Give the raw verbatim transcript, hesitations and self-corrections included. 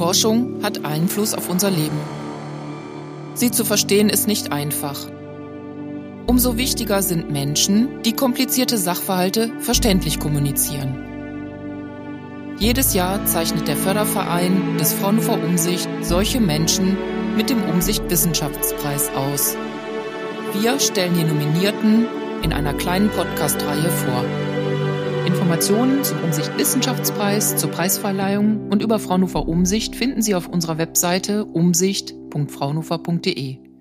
Forschung hat Einfluss auf unser Leben. Sie zu verstehen ist nicht einfach. Umso wichtiger sind Menschen, die komplizierte Sachverhalte verständlich kommunizieren. Jedes Jahr zeichnet der Förderverein des Fraunhofer Umsicht solche Menschen mit dem Umsicht-Wissenschaftspreis aus. Wir stellen die Nominierten in einer kleinen Podcast-Reihe vor. Informationen zum Umsicht-Wissenschaftspreis, zur Preisverleihung und über Fraunhofer Umsicht finden Sie auf unserer Webseite umsicht punkt fraunhofer punkt de.